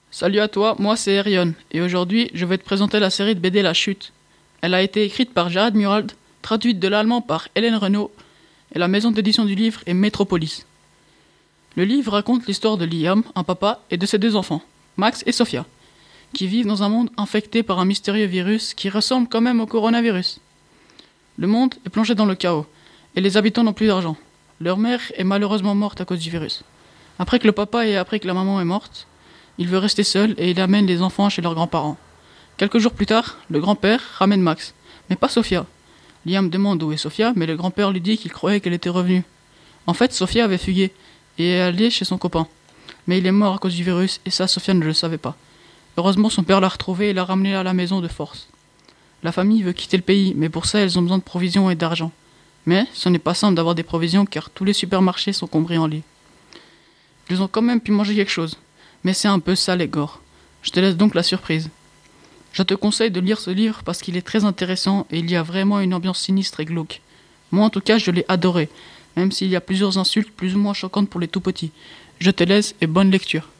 Salut à toi, moi c'est Erion, et aujourd'hui je vais te présenter la série de BD La Chute. Elle a été écrite par Jared Murald, traduite de l'allemand par Hélène Renaud, et la maison d'édition du livre est Metropolis. Le livre raconte l'histoire de Liam, un papa, et de ses deux enfants, Max et Sophia, qui vivent dans un monde infecté par un mystérieux virus qui ressemble quand même au coronavirus. Le monde est plongé dans le chaos, et les habitants n'ont plus d'argent. Leur mère est malheureusement morte à cause du virus. Après que le papa et après que la maman est morte, il veut rester seul et il amène les enfants chez leurs grands-parents. Quelques jours plus tard, le grand-père ramène Max, mais pas Sophia. Liam demande où est Sophia, mais le grand-père lui dit qu'il croyait qu'elle était revenue. En fait, Sophia avait fugué et est allée chez son copain. Mais il est mort à cause du virus et ça, Sophia ne le savait pas. Heureusement, son père l'a retrouvée et l'a ramenée à la maison de force. La famille veut quitter le pays, mais pour ça, elles ont besoin de provisions et d'argent. Mais ce n'est pas simple d'avoir des provisions car tous les supermarchés sont cambriolés. Ils ont quand même pu manger quelque chose, mais c'est un peu sale et gore. Je te laisse donc la surprise. Je te conseille de lire ce livre parce qu'il est très intéressant et il y a vraiment une ambiance sinistre et glauque. Moi en tout cas je l'ai adoré, même s'il y a plusieurs insultes plus ou moins choquantes pour les tout petits. Je te laisse et bonne lecture.